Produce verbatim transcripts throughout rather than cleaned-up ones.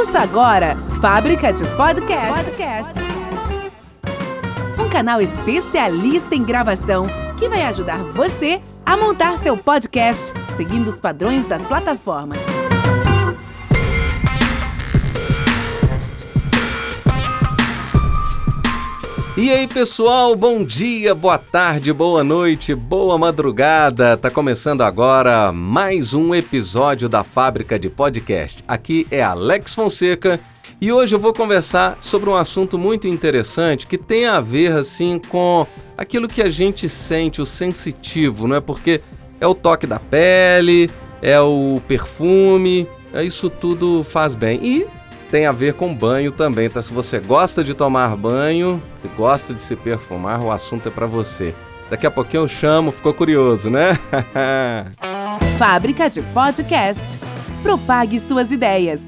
Ouça agora Fábrica de Podcast. Podcast. Um canal especialista em gravação que vai ajudar você a montar seu podcast seguindo os padrões das plataformas. E aí, pessoal, bom dia, boa tarde, boa noite, boa madrugada. Tá começando agora mais um episódio da Fábrica de Podcast. Aqui é Alex Fonseca e hoje eu vou conversar sobre um assunto muito interessante que tem a ver, assim, com aquilo que a gente sente, o sensitivo, não é? Porque é o toque da pele, é o perfume, isso tudo faz bem. E tem a ver com banho também, tá? Se você gosta de tomar banho, se gosta de se perfumar, o assunto é pra você. Daqui a pouquinho eu chamo, ficou curioso, né? Fábrica de Podcast. Propague suas ideias.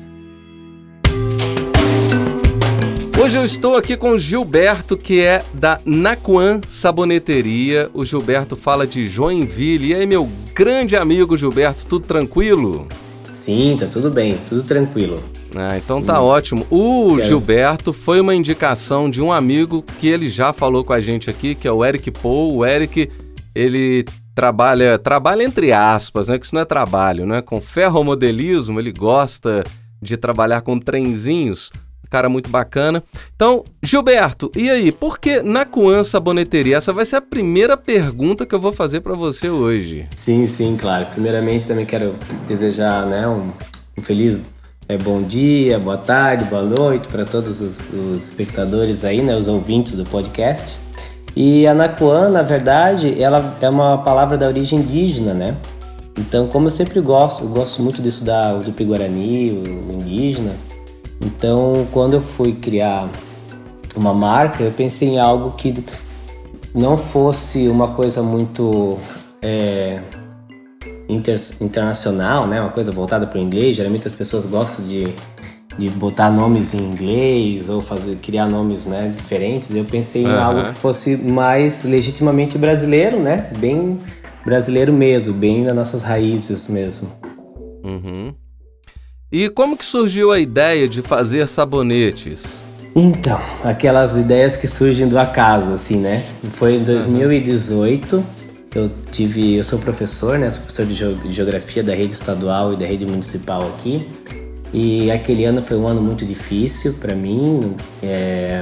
Hoje eu estou aqui com o Gilberto, que é da Nakuan Saboneteria. O Gilberto fala de Joinville. E aí, meu grande amigo Gilberto, tudo tranquilo? Sim, tá tudo bem, tudo tranquilo. Ah, então tá hum. ótimo. O Quero. Gilberto foi uma indicação de um amigo que ele já falou com a gente aqui, que é o Eric Paul. O Eric, ele trabalha, trabalha entre aspas, né? Que isso não é trabalho, né? Com ferromodelismo, ele gosta de trabalhar com trenzinhos. Cara muito bacana. Então, Gilberto, e aí, por que Nakuan Saboneteria? Essa vai ser a primeira pergunta que eu vou fazer para você hoje. Sim, sim, claro. Primeiramente, também quero desejar, né, um, um feliz é, bom dia, boa tarde, boa noite para todos os, os espectadores aí, né, os ouvintes do podcast. E a Nakuan, na verdade, ela é uma palavra da origem indígena, né? Então, como eu sempre gosto, eu gosto muito de estudar o Tupi-Guarani, o indígena. Então, quando eu fui criar uma marca, eu pensei em algo que não fosse uma coisa muito é, inter, internacional, né? Uma coisa voltada para o inglês. Geralmente as pessoas gostam de, de botar nomes em inglês ou fazer, criar nomes, né, diferentes. Eu pensei em uhum. algo que fosse mais legitimamente brasileiro, né? Bem brasileiro mesmo, bem das nossas raízes mesmo. Uhum. E como que surgiu a ideia de fazer sabonetes? Então, aquelas ideias que surgem do acaso, assim, né? Foi em dois mil e dezoito, uhum. eu tive, eu sou professor, né? Sou professor de Geografia da rede estadual e da rede municipal aqui. E aquele ano foi um ano muito difícil para mim. É,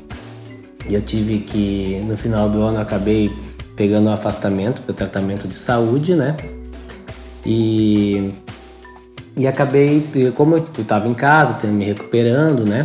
eu tive que, no final do ano, eu acabei pegando um afastamento para o tratamento de saúde, né? E... E acabei, como eu estava em casa, me recuperando, né?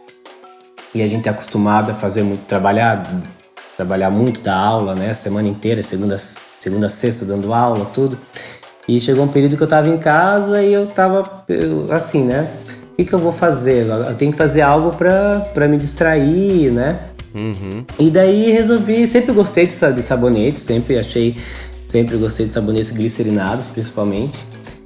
E a gente é acostumado a fazer muito, trabalhar, trabalhar muito da aula, né? Semana inteira, segunda, segunda, sexta, dando aula, tudo. E chegou um período que eu estava em casa e eu estava assim, né? O que, que eu vou fazer? Eu tenho que fazer algo para me distrair, né? Uhum. E daí resolvi, sempre gostei de, de sabonete, sempre achei, sempre gostei de sabonetes glicerinados, principalmente.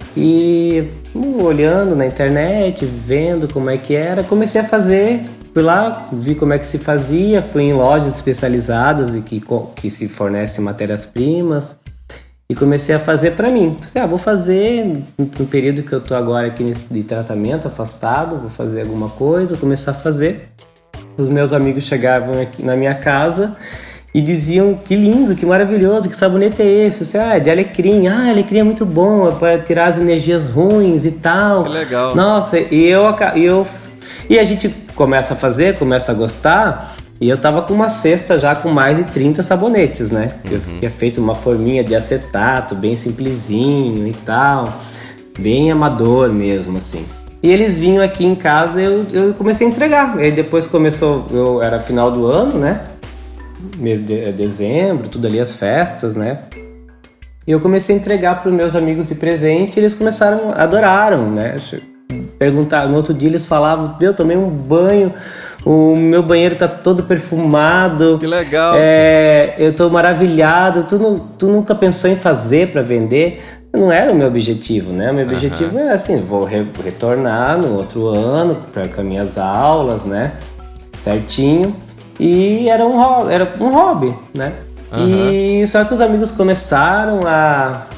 E uh, olhando na internet, vendo como é que era, comecei a fazer. Fui lá, vi como é que se fazia, fui em lojas especializadas e que, que se fornecem matérias-primas e comecei a fazer para mim. Pensei, ah, vou fazer, no período que eu tô agora aqui nesse, de tratamento, afastado, vou fazer alguma coisa, começar a fazer. Os meus amigos chegavam aqui na minha casa e diziam, que lindo, que maravilhoso, que sabonete é esse? Você, ah, é de alecrim. Ah, alecrim é muito bom, é para tirar as energias ruins e tal. Que legal. Nossa, e eu, eu... E a gente começa a fazer, começa a gostar, e eu tava com uma cesta já com mais de trinta sabonetes, né? Uhum. Eu tinha feito uma forminha de acetato, bem simplesinho e tal, bem amador mesmo, assim. E eles vinham aqui em casa e eu, eu comecei a entregar. E aí depois começou, eu era final do ano, né? Mês de dezembro, tudo ali, as festas, né? E eu comecei a entregar para os meus amigos de presente e eles começaram, adoraram, né? Perguntaram, no outro dia eles falavam, eu tomei um banho, o meu banheiro tá todo perfumado. Que legal! É, eu tô maravilhado, tu, não, tu nunca pensou em fazer para vender? Não era o meu objetivo, né? O meu objetivo uhum. era assim, vou re- retornar no outro ano pra, com as minhas aulas, né? Certinho. E era um hobby, era um hobby, né? Uhum. E só que os amigos começaram a,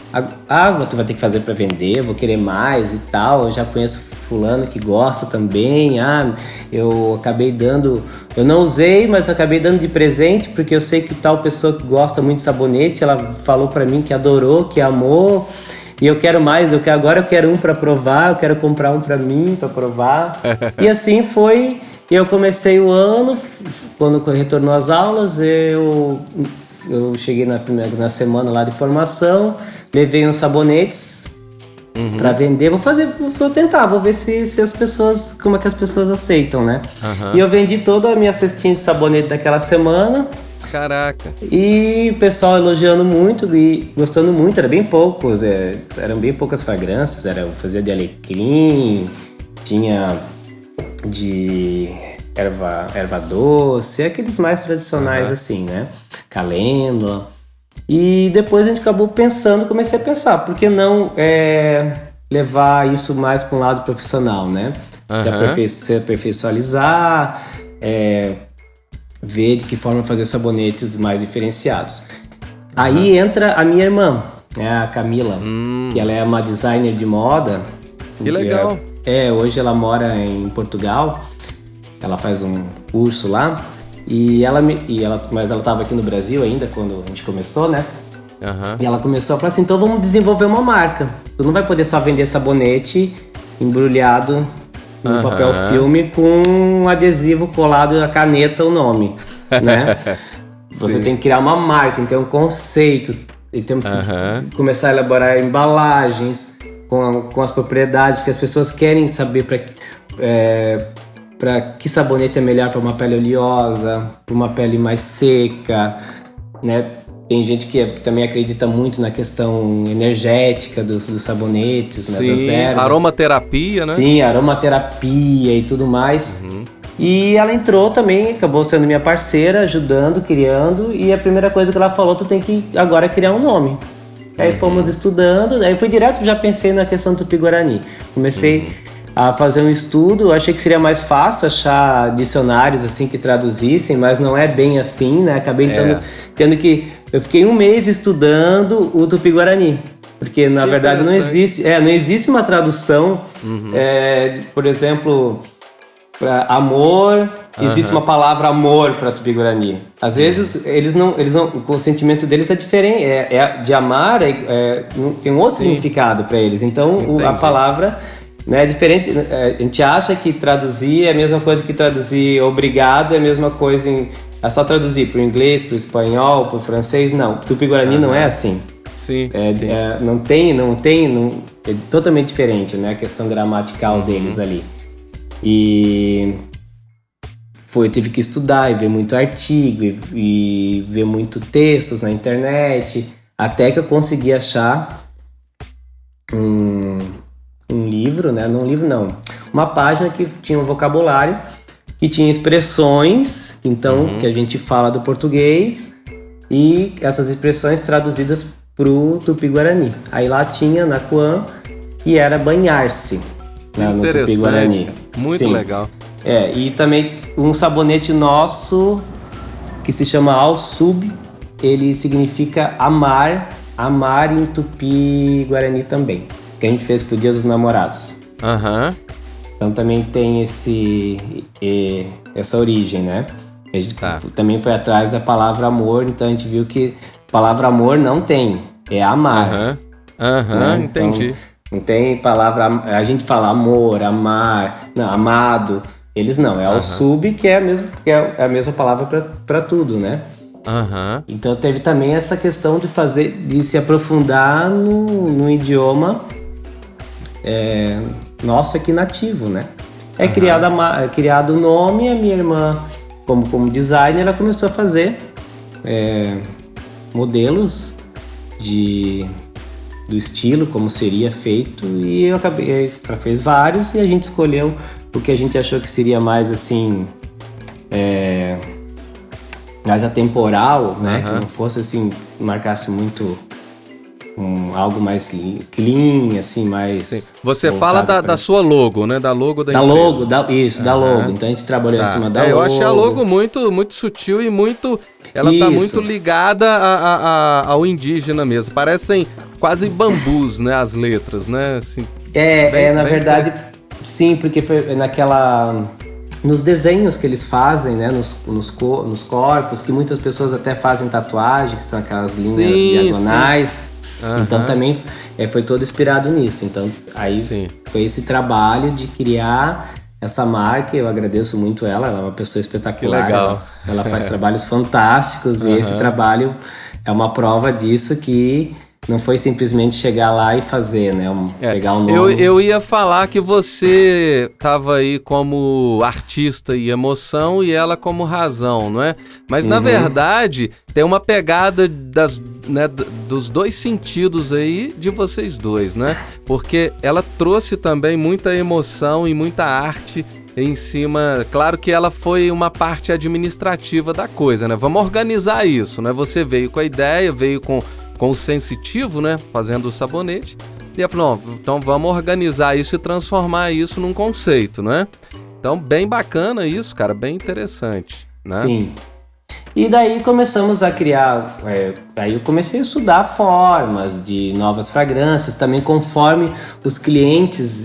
ah, tu vai ter que fazer para vender, eu vou querer mais e tal, eu já conheço fulano que gosta também, ah, eu acabei dando, eu não usei, mas acabei dando de presente, porque eu sei que tal pessoa que gosta muito de sabonete, ela falou para mim que adorou, que amou, e eu quero mais, eu quero, agora eu quero um para provar, eu quero comprar um para mim, para provar, e assim foi, eu comecei o ano, quando retornou às aulas, eu, eu cheguei na, primeira, na semana lá de formação, levei uns sabonetes uhum. para vender. Vou fazer, vou tentar, vou ver se, se as pessoas, como é que as pessoas aceitam, né? Uhum. E eu vendi toda a minha cestinha de sabonete daquela semana. Caraca! E o pessoal elogiando muito e gostando muito, era bem poucos, é, eram bem poucas fragrâncias, era, eu fazia de alecrim, tinha de erva, erva doce, aqueles mais tradicionais uhum. assim, né? Calêndula. E depois a gente acabou pensando, comecei a pensar, por que não é, levar isso mais para um lado profissional, né? Uhum. Se, aperfei- se aperfeiçoalizar, é, ver de que forma fazer sabonetes mais diferenciados. Uhum. Aí entra a minha irmã, né, a Camila, hum. que ela é uma designer de moda. Que legal! É, é, hoje ela mora em Portugal, ela faz um curso lá. E ela, me, e ela, mas ela estava aqui no Brasil ainda quando a gente começou, né? Uhum. E ela começou a falar assim, então vamos desenvolver uma marca. Tu não vai poder só vender sabonete embrulhado no uhum. papel filme com um adesivo colado na caneta, o nome, né? Você Sim. tem que criar uma marca, então um conceito. E temos que uhum. começar a elaborar embalagens com, a, com as propriedades, porque as pessoas querem saber para... É, para que sabonete é melhor para uma pele oleosa, para uma pele mais seca, né? Tem gente que também acredita muito na questão energética dos, dos sabonetes, Sim, né? Das ervas. Aromaterapia, né? Sim, aromaterapia e tudo mais. Uhum. E ela entrou também, acabou sendo minha parceira, ajudando, criando. E a primeira coisa que ela falou, tu tem que agora criar um nome. Aí uhum. fomos estudando, aí fui direto, já pensei na questão do Tupi-Guarani. Comecei... Uhum. a fazer um estudo, eu achei que seria mais fácil achar dicionários assim que traduzissem, mas não é bem assim, né? Acabei é. tendo, tendo que... Eu fiquei um mês estudando o Tupi-Guarani, porque na que verdade não existe, é, não existe uma tradução, uhum. é, de, por exemplo, para amor, existe uhum. uma palavra amor para Tupi-Guarani. Às uhum. vezes eles não, eles não, o sentimento deles é diferente, é, é de amar, é, é, tem um outro Sim. significado para eles. Então o, a palavra né, é diferente. A gente acha que traduzir é a mesma coisa que traduzir obrigado, é a mesma coisa em, é só traduzir para o inglês, para o espanhol, para o francês. Não, Tupi-Guarani uhum. não é assim. Sim, é, sim. É, não tem, não tem, não, é totalmente diferente, né, a questão gramatical uhum. deles ali. E foi, eu tive que estudar e ver muito artigo e, e ver muito textos na internet, até que eu consegui achar um, um livro, né? Não um livro não, uma página que tinha um vocabulário, que tinha expressões, então, uhum. que a gente fala do português, e essas expressões traduzidas pro Tupi-Guarani. Aí lá tinha na Nakuan, que era banhar-se, né, no Tupi-Guarani. Muito Sim. legal. É, e também um sabonete nosso que se chama Al-Sub, ele significa amar, amar em Tupi-Guarani também, que a gente fez pro Dia dos Namorados. Aham. Uhum. Então também tem esse, e, essa origem, né? A gente tá. também foi atrás da palavra amor, então a gente viu que a palavra amor não tem, é amar. Aham, uhum. uhum, né? Entendi. Então, não tem palavra, a gente fala amor, amar, não, amado, eles não, é uhum. o sub, que é a mesma, que é a mesma palavra para tudo, né? Uhum. Então teve também essa questão de fazer, de se aprofundar no, no idioma é, nosso aqui nativo, né? É uhum. criado, a, é criado o nome, a minha irmã, como, como designer, ela começou a fazer é, modelos de... do estilo, como seria feito, e eu acabei, ela fez vários e a gente escolheu o que a gente achou que seria mais assim, é, mais atemporal, né? Uhum. Que não fosse assim, marcasse muito um, algo mais clean, assim, mais... Sim. Você fala da, da sua logo, né? Da logo da, da empresa. Logo, da, isso, uhum. da logo. Então a gente trabalhou tá. em cima da é, logo. Eu achei a logo muito, muito sutil e muito... Ela isso. tá muito ligada a, a, a, ao indígena mesmo. Parecem quase bambus, né? As letras, né? Assim, é, bem, é, na bem verdade, bem... sim, porque foi naquela... Nos desenhos que eles fazem, né, nos, nos, co- nos corpos, que muitas pessoas até fazem tatuagem, que são aquelas linhas sim, diagonais. Uhum. Então também é, foi todo inspirado nisso. Então aí sim. foi esse trabalho de criar essa marca. Eu agradeço muito ela, ela é uma pessoa espetacular. Que legal. Ela, ela faz trabalhos fantásticos uhum. e esse trabalho é uma prova disso que... Não foi simplesmente chegar lá e fazer, né? Um, é, pegar o nome. Eu, eu ia falar que você estava aí como artista e emoção e ela como razão, não é? Mas, uhum. na verdade, tem uma pegada das, né, dos dois sentidos aí de vocês dois, né? Porque ela trouxe também muita emoção e muita arte em cima... Claro que ela foi uma parte administrativa da coisa, né? Vamos organizar isso, né? Você veio com a ideia, veio com... com o sensitivo, né, fazendo o sabonete, e ela falou, não, então vamos organizar isso e transformar isso num conceito, né? Então, bem bacana isso, cara, bem interessante, né? Sim. E daí começamos a criar, é, aí eu comecei a estudar formas de novas fragrâncias, também conforme os clientes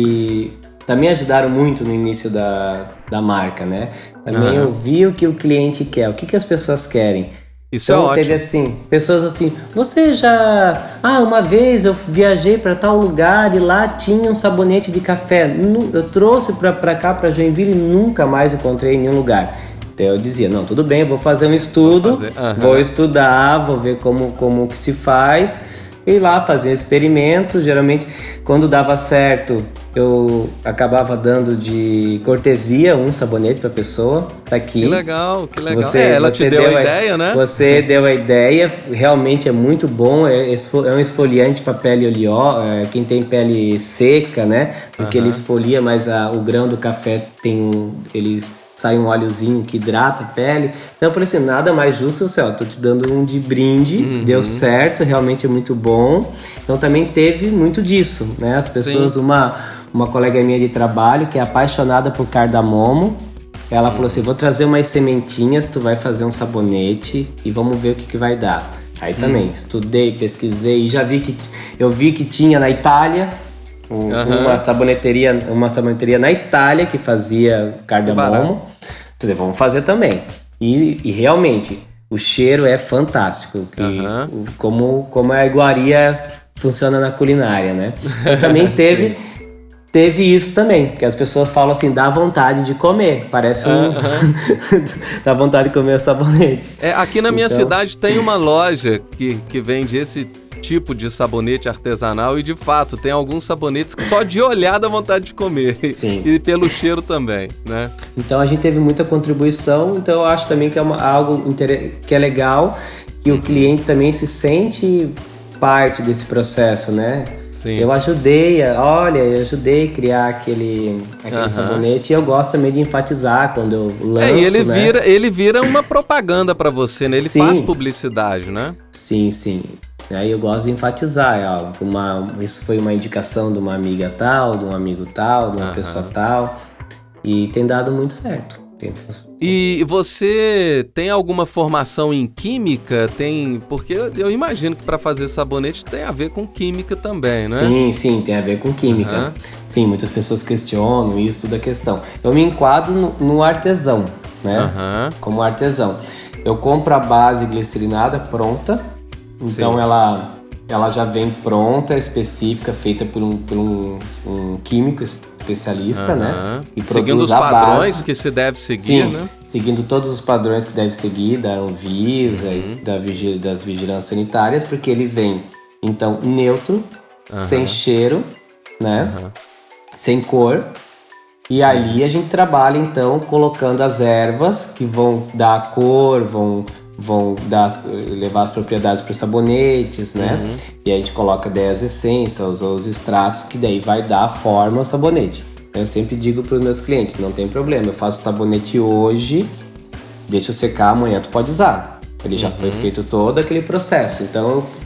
e também ajudaram muito no início da, da marca, né? Também uhum. eu vi o que o cliente quer, o que, que as pessoas querem. Isso então, é ótimo. Teve assim, pessoas assim, você já... Ah, uma vez eu viajei para tal lugar e lá tinha um sabonete de café. Eu trouxe para pra cá, para Joinville, e nunca mais encontrei em nenhum lugar. Então eu dizia, não, tudo bem, eu vou fazer um estudo, vou, uhum. vou estudar, vou ver como, como que se faz. E lá fazia um experimento, geralmente quando dava certo... Eu acabava dando de cortesia um sabonete para a pessoa, tá aqui. Que legal, que legal. Você, é, ela você te deu, deu a ideia, né? Você deu a ideia, realmente é muito bom, é, é um esfoliante para pele oleosa, é, quem tem pele seca, né? Porque uh-huh. ele esfolia, mas a, o grão do café tem um... Ele, sai um óleozinho que hidrata a pele. Então eu falei assim, nada mais justo, assim, ó, tô te dando um de brinde, uhum. deu certo, realmente é muito bom. Então também teve muito disso, né? As pessoas, Sim. uma... Uma colega minha de trabalho que é apaixonada por cardamomo, ela hum. falou assim, vou trazer umas sementinhas, tu vai fazer um sabonete e vamos ver o que, que vai dar. Aí também hum. estudei, pesquisei e já vi que eu vi que tinha na Itália um, uhum. uma saboneteria, uma saboneteria na Itália que fazia cardamomo. Quer dizer, vamos fazer também. E, e realmente o cheiro é fantástico, que, uhum. como como a iguaria funciona na culinária, né? E também teve Teve isso também, que as pessoas falam assim, dá vontade de comer, parece um... Uh-huh. dá vontade de comer o sabonete. É, aqui na minha então... cidade tem uma loja que, que vende esse tipo de sabonete artesanal e, de fato, tem alguns sabonetes que só de olhar dá vontade de comer. Sim. E pelo cheiro também, né? Então a gente teve muita contribuição, então eu acho também que é uma, algo inter... que é legal, que o cliente também se sente parte desse processo, né? Sim. Eu ajudei, olha, eu ajudei a criar aquele, aquele uhum. sabonete e eu gosto também de enfatizar quando eu lanço, é, e ele né? vira, ele vira uma propaganda para você, né? Ele sim. faz publicidade, né? Sim, sim. Aí eu gosto de enfatizar, ó, uma, isso foi uma indicação de uma amiga tal, de um amigo tal, de uma uhum. pessoa tal, e tem dado muito certo. E você tem alguma formação em química? Tem, porque eu imagino que para fazer sabonete tem a ver com química também, né? Sim, sim, tem a ver com química. Uhum. Sim, muitas pessoas questionam isso da questão. Eu me enquadro no, no artesão, né? Uhum. Como artesão. Eu compro a base glicerinada pronta, então ela, ela já vem pronta, específica, feita por um, por um, um químico especialista, uhum. né? E seguindo os padrões base, que se deve seguir, sim, né? Seguindo todos os padrões que deve seguir da Anvisa uhum. e da vigil, das vigilâncias sanitárias, porque ele vem, então, neutro, uhum. sem cheiro, né? Uhum. Sem cor. E ali a gente trabalha, então, colocando as ervas que vão dar a cor, vão... vão dar, levar as propriedades para os sabonetes, né? Uhum. E aí a gente coloca daí as essências ou os extratos que daí vai dar forma ao sabonete. Eu sempre digo para os meus clientes, não tem problema, eu faço sabonete hoje, deixa eu secar, amanhã tu pode usar. Ele já uhum. foi feito todo aquele processo. Então,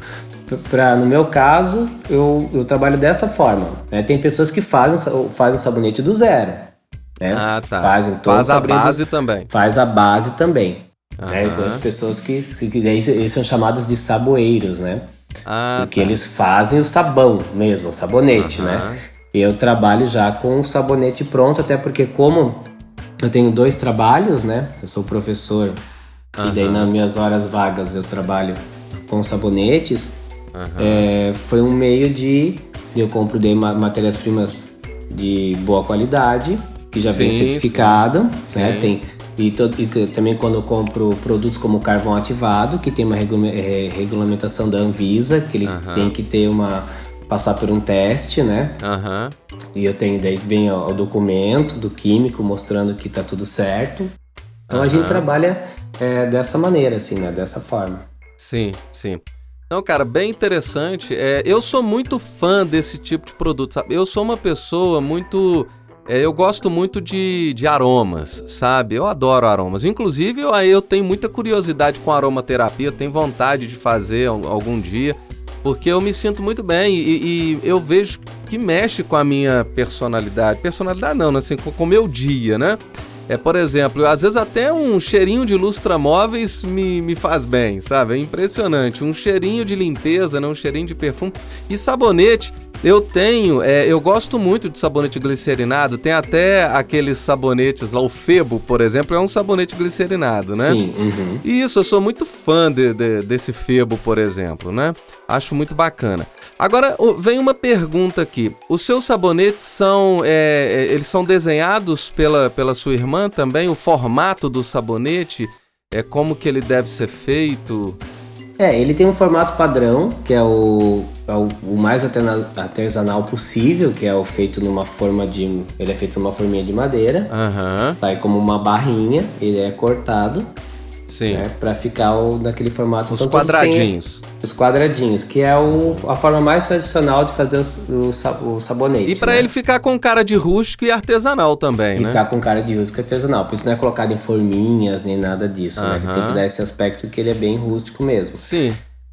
pra, no meu caso, eu, eu trabalho dessa forma. Né? Tem pessoas que fazem, fazem sabonete do zero. Né? Ah, tá. Fazem Faz a base do, também. Faz a base também. Uhum. Né? Então, as pessoas que, que eles são chamados de saboeiros, né? Ah, Porque tá. eles fazem o sabão mesmo, o sabonete, Uhum. né? Eu trabalho já com o sabonete pronto, até porque como eu tenho dois trabalhos, né? Eu sou professor uhum. e daí nas minhas horas vagas eu trabalho com sabonetes. Uhum. É, foi um meio de... Eu compro daí matérias-primas de boa qualidade, que já sim, vem certificado, sim. né? Sim. Tem, e, to, e também quando eu compro produtos como carvão ativado, que tem uma regula, é, regulamentação da Anvisa, que ele uhum. tem que ter uma... passar por um teste, né? Uhum. E eu tenho, daí vem o, o documento do químico mostrando que tá tudo certo. Então uhum. a gente trabalha é, dessa maneira, assim, né? Dessa forma. Sim, sim. Então, cara, bem interessante. É, eu sou muito fã desse tipo de produto, sabe? Eu sou uma pessoa muito... É, eu gosto muito de, de aromas, sabe? Eu adoro aromas. Inclusive, eu, eu tenho muita curiosidade com aromaterapia. Eu tenho vontade de fazer algum dia. Porque eu me sinto muito bem e, e eu vejo que mexe com a minha personalidade. Personalidade não, assim, com o meu dia, né? É, por exemplo, às vezes até um cheirinho de lustramóveis me, me faz bem, sabe? É impressionante. Um cheirinho de limpeza, né? Um cheirinho de perfume. E sabonete, eu tenho, é, eu gosto muito de sabonete glicerinado. Tem até aqueles sabonetes lá, o Febo, por exemplo, é um sabonete glicerinado, né? Sim. Uhum. E isso, eu sou muito fã de, de, desse Febo, por exemplo, né? Acho muito bacana. Agora, vem uma pergunta aqui. Os seus sabonetes são, é, eles são desenhados pela, pela sua irmã também? O formato do sabonete, é como que ele deve ser feito? É, ele tem um formato padrão, que é o, é o, o mais artesanal possível, que é o feito numa forma de... Ele é feito numa forminha de madeira. Uhum. Sai como uma barrinha, ele é cortado. Sim. Né, pra ficar o, naquele formato... Os então, quadradinhos. Os quadradinhos, que é o, a forma mais tradicional de fazer o, o, o sabonete. E pra né? ele ficar com cara de rústico e artesanal também, e né? E ficar com cara de rústico e artesanal. Por isso não é colocado em forminhas, nem nada disso. Uhum. Né? Ele tem que dar esse aspecto que ele é bem rústico mesmo. Sim.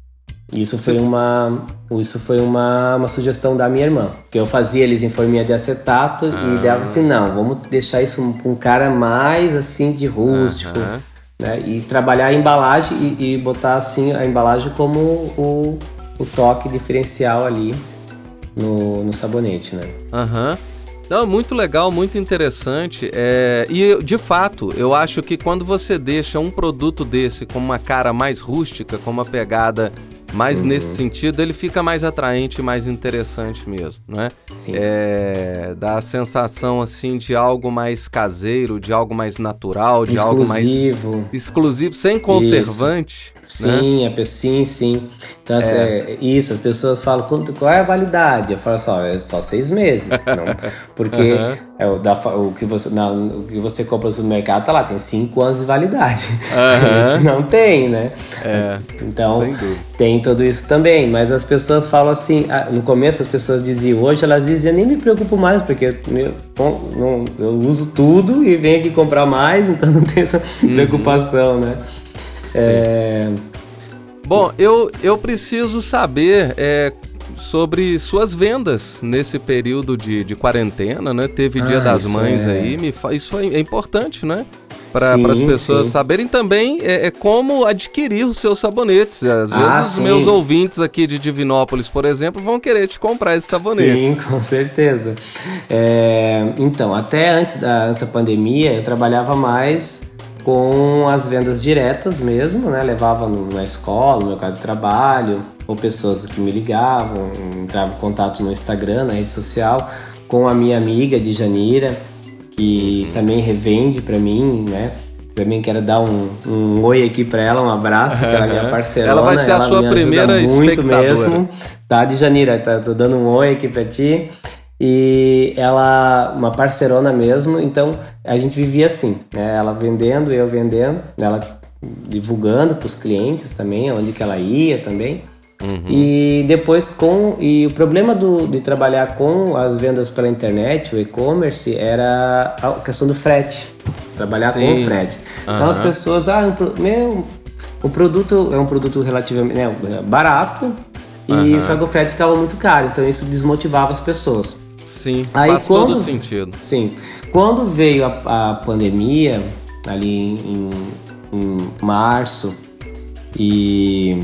Isso foi, uma, isso foi uma, uma sugestão da minha irmã. Que eu fazia eles em forminha de acetato ah. e dela assim, não, vamos deixar isso com um cara mais assim de rústico. Uhum. Né? E trabalhar a embalagem e, e botar assim a embalagem como o, o toque diferencial ali no, no sabonete, né? Aham. Uhum. Não, muito legal, muito interessante. É, e de fato, eu acho que quando você deixa um produto desse com uma cara mais rústica, com uma pegada mais uhum. nesse sentido, ele fica mais atraente e mais interessante mesmo, né? Sim. É, dá a sensação assim de algo mais caseiro, de algo mais natural, de exclusivo. algo mais exclusivo, sem conservante. Isso. Sim, né? Sim, sim. Então, é. É, isso, as pessoas falam, qual é a validade? Eu falo só, é só seis meses. Não, porque uhum. é, o, da, o, que você, não, o que você compra no supermercado tá lá, tem cinco anos de validade. Uhum. Esse não tem, né? É, então, tem tudo isso também. Mas as pessoas falam assim, no começo as pessoas diziam, hoje elas dizem, eu nem me preocupo mais, porque meu, bom, não, eu uso tudo e venho aqui comprar mais, então não tem essa uhum. preocupação, né? É... Bom, eu, eu preciso saber é, sobre suas vendas nesse período de, de quarentena, né? Teve Dia ah, das Mães é. aí, me fa... isso foi, é importante, né? Para as pessoas sim. saberem também é, é como adquirir os seus sabonetes. Às vezes ah, os sim. meus ouvintes aqui de Divinópolis, por exemplo, vão querer te comprar esses sabonetes. Sim, com certeza. É, então, até antes da, antes da pandemia, eu trabalhava mais com as vendas diretas mesmo, né? Levava no, na escola, no mercado de trabalho, ou pessoas que me ligavam, entrava em contato no Instagram, na rede social, com a minha amiga de Janira, que uhum. também revende para mim, né? Também quero dar um, um oi aqui para ela, um abraço, que ela é minha parceirona. Ela vai ser a sua primeira espectadora. Mesmo, tá, de Janira, tá, tô dando um oi aqui para ti. E ela, uma parceirona mesmo, então a gente vivia assim, né? Ela vendendo, eu vendendo, ela divulgando para os clientes também, onde que ela ia também. Uhum. E depois com... E o problema do, de trabalhar com as vendas pela internet, o e-commerce, era a questão do frete. Trabalhar Sim. com o frete. Uhum. Então as pessoas, ah, meu, o produto é um produto relativamente né, barato, e uhum. só que o frete ficava muito caro, então isso desmotivava as pessoas. Sim, Aí, faz quando, todo sentido. Sim, quando veio a, a pandemia, ali em, em março, e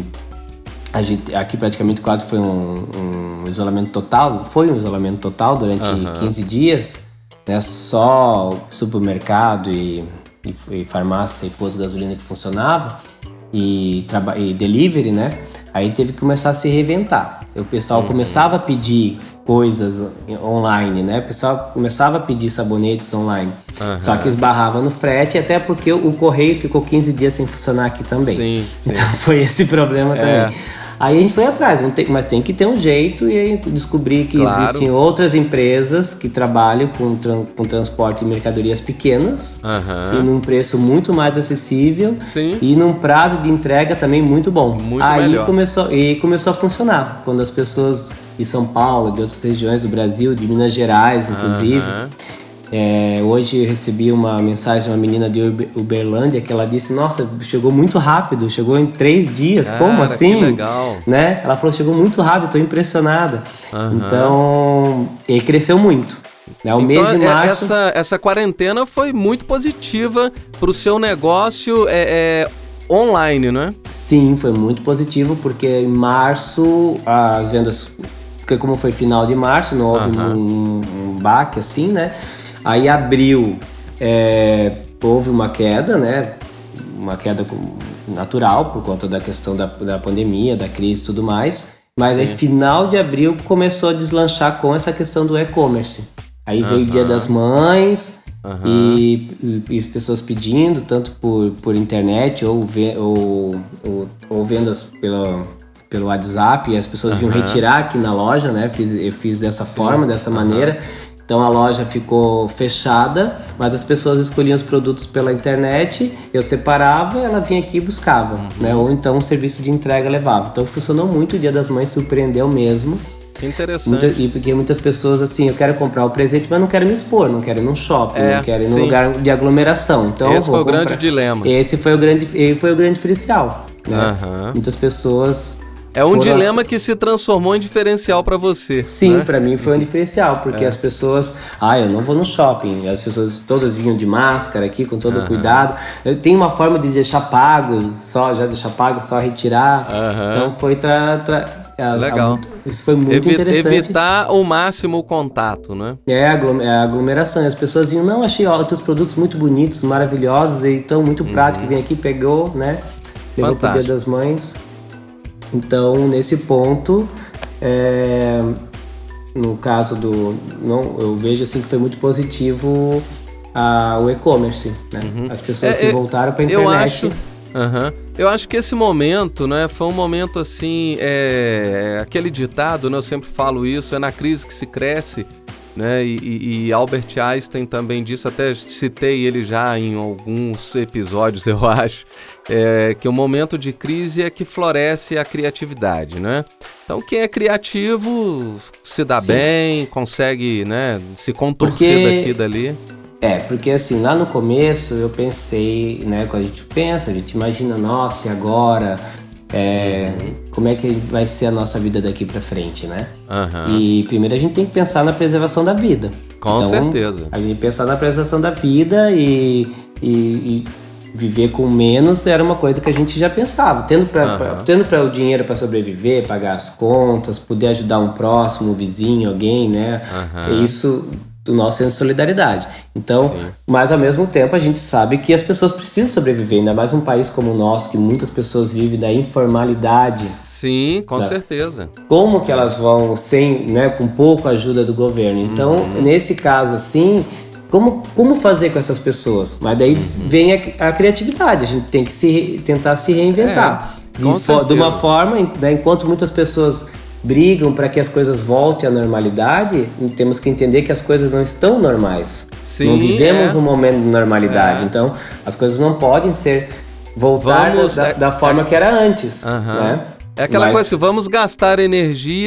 a gente, aqui praticamente quase foi um, um isolamento total, foi um isolamento total durante uhum. quinze dias, né, só supermercado e, e, e farmácia e posto de gasolina que funcionava, e, traba, e delivery, né, aí teve que começar a se reinventar. O pessoal uhum. começava a pedir coisas online, né? O pessoal começava a pedir sabonetes online. Uhum. Só que esbarrava no frete, até porque o correio ficou quinze dias sem funcionar aqui também. Sim, sim. Então foi esse problema é. também. Aí a gente foi atrás, não tem, mas tem que ter um jeito, e aí descobri que claro. existem outras empresas que trabalham com, tran, com transporte de mercadorias pequenas uhum. e num preço muito mais acessível Sim. e num prazo de entrega também muito bom. Muito aí melhor. Começou, e começou a funcionar, quando as pessoas de São Paulo, de outras regiões do Brasil, de Minas Gerais, inclusive... Uhum. É, hoje eu recebi uma mensagem de uma menina de Uberlândia que ela disse, nossa, chegou muito rápido, chegou em três dias, Cara, como assim? Que legal. Né? Ela falou, chegou muito rápido, estou impressionada. Uhum. Então, ele cresceu muito. Né? O então, mês de março... essa, essa quarentena foi muito positiva para o seu negócio é, é, online, né? Sim, foi muito positivo, porque em março as vendas... Porque como foi final de março, não houve uhum. um, um baque assim, né? Aí abril é, houve uma queda, né? Uma queda natural por conta da questão da, da pandemia, da crise e tudo mais. Mas Sim. aí final de abril começou a deslanchar com essa questão do e-commerce. Aí veio uhum. o Dia das Mães uhum. e, e, e as pessoas pedindo, tanto por, por internet ou, ou, ou, ou vendas pela... pelo WhatsApp, e as pessoas uhum. vinham retirar aqui na loja, né? Fiz, eu fiz dessa Sim. forma, dessa uhum. maneira. Então a loja ficou fechada, mas as pessoas escolhiam os produtos pela internet, eu separava, ela vinha aqui e buscava, uhum. né? Ou então um serviço de entrega levava. Então funcionou muito, o Dia das Mães surpreendeu mesmo. Que interessante. Muita, e porque muitas pessoas, assim, eu quero comprar o presente, mas não quero me expor, não quero ir num shopping, é, não quero ir sim. num lugar de aglomeração. Então, esse vou foi o comprar. grande dilema. Esse foi o grande, esse foi o grande diferencial, né? Uhum. Muitas pessoas... É um foram... dilema que se transformou em diferencial para você. Sim, né? para mim foi um diferencial, porque é. as pessoas... Ah, eu não vou no shopping. As pessoas todas vinham de máscara aqui, com todo uhum. cuidado. Eu tenho uma forma de deixar pago, só já deixar pago, só retirar. Uhum. Então foi... Tra, tra... Legal. A, isso foi muito Evi- interessante. Evitar ao máximo o contato, né? É, a aglomeração. As pessoas vinham, não, achei outros produtos muito bonitos, maravilhosos, e tão muito uhum. prático. Vem aqui, pegou, né? Levou pro Dia das Mães. Então, nesse ponto, é, no caso do... Não, eu vejo assim que foi muito positivo a, o e-commerce, né? Uhum. As pessoas é, se voltaram para a internet. Eu acho, uhum. eu acho que esse momento, né, foi um momento assim... É, aquele ditado, né, eu sempre falo isso, é na crise que se cresce, né? E, e Albert Einstein também disse, até citei ele já em alguns episódios, eu acho, é, que o momento de crise é que floresce a criatividade, né? Então quem é criativo se dá Sim. bem, consegue, né, se contorcer porque... daqui e dali. É, porque assim, lá no começo eu pensei, né, quando a gente pensa, a gente imagina, nossa, e agora... É, uhum. como é que vai ser a nossa vida daqui pra frente, né? Uhum. E primeiro a gente tem que pensar na preservação da vida. Com então, certeza. A gente pensar na preservação da vida e, e, e viver com menos era uma coisa que a gente já pensava. Tendo, pra, uhum. pra, tendo pra o dinheiro para sobreviver, pagar as contas, poder ajudar um próximo, um vizinho, alguém, né? Uhum. Isso... do nosso senso de solidariedade. Então, Sim. mas ao mesmo tempo a gente sabe que as pessoas precisam sobreviver, ainda mais um país como o nosso, que muitas pessoas vivem da informalidade. Sim, com né? certeza. Como que elas vão sem, né, com pouca ajuda do governo? Então, uhum. nesse caso assim, como, como fazer com essas pessoas? Mas daí uhum. vem a, a criatividade, a gente tem que se, tentar se reinventar. É, com de, certeza. de uma forma, né, enquanto muitas pessoas brigam para que as coisas voltem à normalidade, temos que entender que as coisas não estão normais. Sim, não vivemos é. um momento de normalidade. É. Então, as coisas não podem ser voltar vamos, da, é, da forma é, que era antes. Uh-huh. Né? É aquela Mas... coisa assim, vamos gastar energia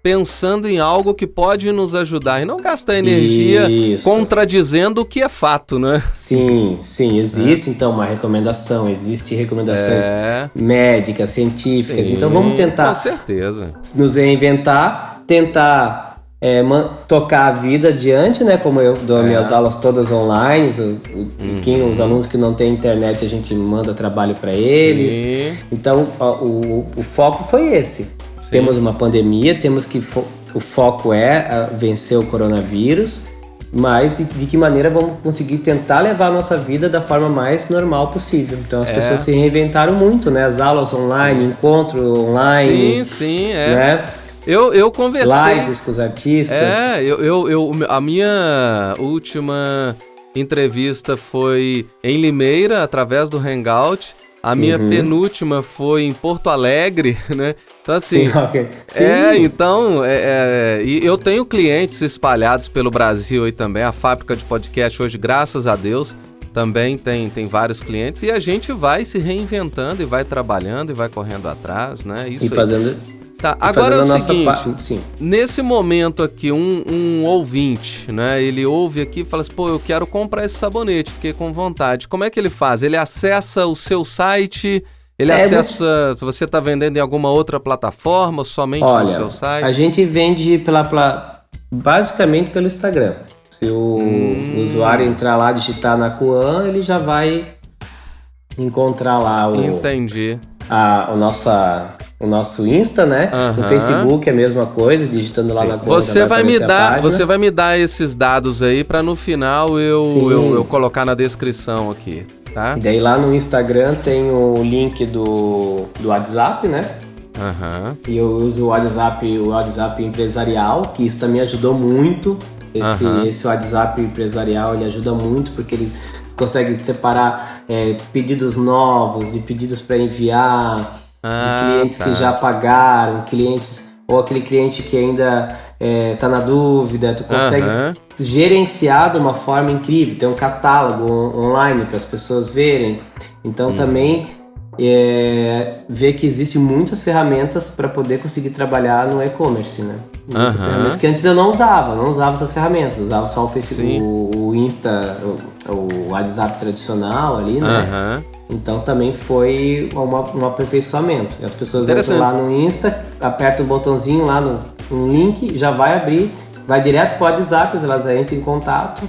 pensando em algo que pode nos ajudar e não gastar energia Isso. contradizendo o que é fato, né? Sim, sim, existe é. então uma recomendação, existe recomendações é. médicas, científicas, sim, então vamos tentar com certeza. nos reinventar, tentar é, man- tocar a vida adiante, né? Como eu dou é. minhas aulas todas online, o, o, uhum. quem, os alunos que não têm internet a gente manda trabalho para eles, sim. então o, o, o foco foi esse. Sim. Temos uma pandemia, temos que fo- o foco é vencer o coronavírus, mas de que maneira vamos conseguir tentar levar a nossa vida da forma mais normal possível. Então as é. pessoas se reinventaram muito, né? As aulas online, sim. encontro online. Sim, sim, é. Né? Eu, eu conversei... Lives com os artistas. É, eu, eu, eu, a minha última entrevista foi em Limeira, através do Hangout. A minha uhum. penúltima foi em Porto Alegre, né? Então, assim... Sim, okay. Sim. É, então... É, é, e eu tenho clientes espalhados pelo Brasil aí também. A fábrica de podcast hoje, graças a Deus, também tem, tem vários clientes. E a gente vai se reinventando e vai trabalhando e vai correndo atrás, né? Isso e fazendo... Aí. Tá, agora é o seguinte, pa... nesse momento aqui, um, um ouvinte, né, ele ouve aqui e fala assim, pô, eu quero comprar esse sabonete, fiquei com vontade. Como é que ele faz? Ele acessa o seu site, ele é, acessa, mas... você está vendendo em alguma outra plataforma, somente Olha, no seu site? A gente vende pela, pela, basicamente pelo Instagram. Se o, hum... o usuário entrar lá, digitar na Kuan, ele já vai encontrar lá o... Entendi. A, o, nossa, o nosso Insta, né? Uh-huh. No Facebook é a mesma coisa, digitando lá Sim. na conta. Você vai me dar, você vai me dar esses dados aí para no final eu, eu, eu colocar na descrição aqui, tá? E daí lá no Instagram tem o link do, do WhatsApp, né? Uhum. E eu uso o WhatsApp, o WhatsApp empresarial, que isso também ajudou muito. Esse, uhum. esse WhatsApp empresarial, ele ajuda muito porque ele consegue separar é, pedidos novos e pedidos para enviar, ah, de clientes tá. que já pagaram, clientes ou aquele cliente que ainda está é, na dúvida. Tu consegue uhum. gerenciar de uma forma incrível. Tem um catálogo on- online para as pessoas verem. Então uhum. também é, ver que existem muitas ferramentas para poder conseguir trabalhar no e-commerce, né? Muitas uhum. ferramentas que antes eu não usava, não usava essas ferramentas, eu usava só o Facebook, o, o Insta, o, o WhatsApp tradicional ali, né? Uhum. Então também foi uma, um aperfeiçoamento. As pessoas entram lá no Insta, apertam o botãozinho lá no, no link, já vai abrir, vai direto para o WhatsApp, elas entram em contato.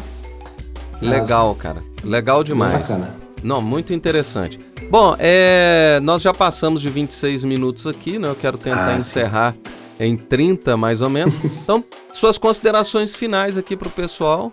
Legal, elas... cara. Legal demais. Muito bacana. Não, muito interessante. Bom, é, nós já passamos de vinte e seis minutos aqui, né? Eu quero tentar ah, encerrar sim. em trinta, mais ou menos. Então, suas considerações finais aqui para o pessoal.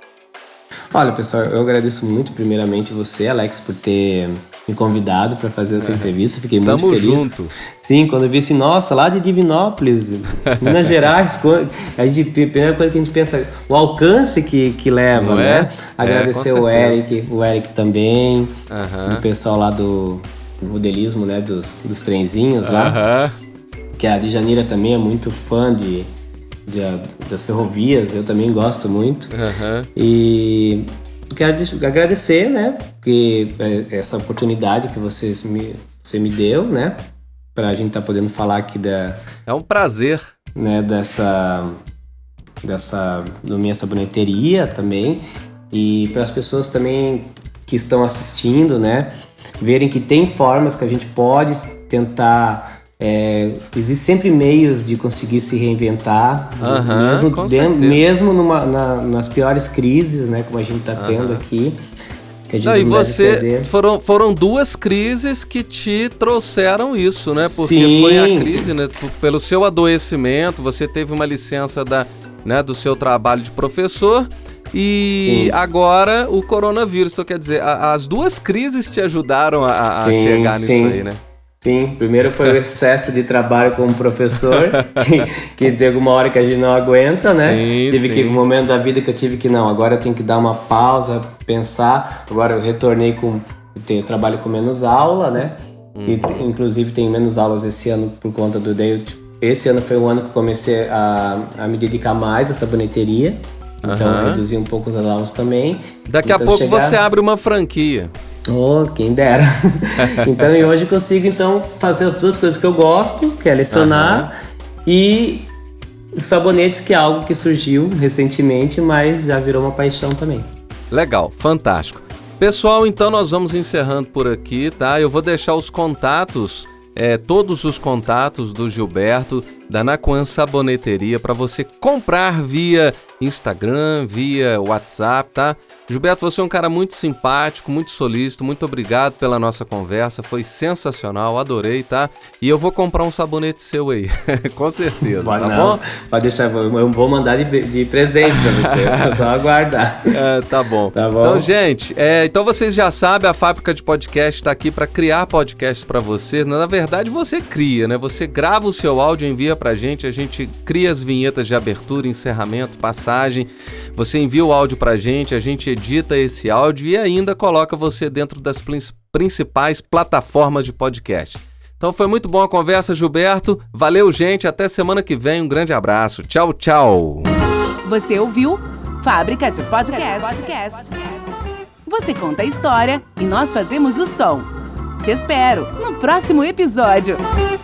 Olha, pessoal, eu agradeço muito, primeiramente, você, Alex, por ter me convidado para fazer essa é. entrevista. Fiquei muito Tamo feliz. Junto. Sim, quando eu vi assim, nossa, lá de Divinópolis, Minas Gerais, a, gente, a primeira coisa que a gente pensa, o alcance que, que leva, Não né? É? Agradecer é, o Eric, o Eric também, uh-huh. o pessoal lá do modelismo, né, dos, dos trenzinhos lá, uh-huh. que a Djanira também é muito fã de, de, das ferrovias, eu também gosto muito. Uh-huh. E quero agradecer, né, porque essa oportunidade que vocês me, você me deu, né, pra gente estar tá podendo falar aqui da... É um prazer. Né, dessa... dessa... da minha saboneteria também. E para as pessoas também que estão assistindo, né, verem que tem formas que a gente pode tentar... É, existem sempre meios de conseguir se reinventar, uhum, mesmo, de, mesmo numa, na, nas piores crises, né, como a gente está uhum. tendo aqui. Que a gente não, e você, foram, foram duas crises que te trouxeram isso, né? Porque Sim. foi a crise, né? Pelo seu adoecimento, você teve uma licença da, né, do seu trabalho de professor e Sim. agora o coronavírus. Então, quer dizer, a, as duas crises te ajudaram a, a sim, chegar nisso sim. aí, né? Sim, primeiro foi o excesso de trabalho como professor, que, que tem alguma hora que a gente não aguenta, né? Sim, tive sim. que, um momento da vida que eu tive que, não, agora eu tenho que dar uma pausa, pensar. Agora eu retornei com, eu trabalho com menos aula, né? Uhum. E, inclusive tem menos aulas esse ano por conta do... Daí, esse ano foi o ano que eu comecei a, a me dedicar mais à saboneteria. Então uhum. eu reduzi um pouco as aulas também. Daqui então, a pouco chegar... você abre uma franquia. Oh, quem dera. Então, e hoje eu consigo, então, fazer as duas coisas que eu gosto, que é lecionar uhum. e Os sabonetes, que é algo que surgiu recentemente, mas já virou uma paixão também. Legal, fantástico. Pessoal, então nós vamos encerrando por aqui, tá? Eu vou deixar os contatos, é, todos os contatos do Gilberto, da Naquan Saboneteria, para você comprar via Instagram, via WhatsApp, tá? Gilberto, você é um cara muito simpático, muito solícito, muito obrigado pela nossa conversa, foi sensacional, adorei, tá? E eu vou comprar um sabonete seu aí, com certeza, Pode tá não, bom? pode deixar, eu vou mandar de, de presente pra você, é só aguardar. É, tá bom. Tá bom? Então, gente, é, então vocês já sabem, a Fábrica de Podcast está aqui para criar podcasts para vocês. Na verdade, você cria, né? Você grava o seu áudio, envia pra gente, a gente cria as vinhetas de abertura, encerramento, passagem. Você envia o áudio pra gente, a gente edita esse áudio e ainda coloca você dentro das principais plataformas de podcast. Então foi muito bom a conversa, Gilberto. Valeu, gente. Até semana que vem. Um grande abraço. Tchau, tchau. Você ouviu Fábrica de Podcast. Você conta a história e nós fazemos o som. Te espero no próximo episódio.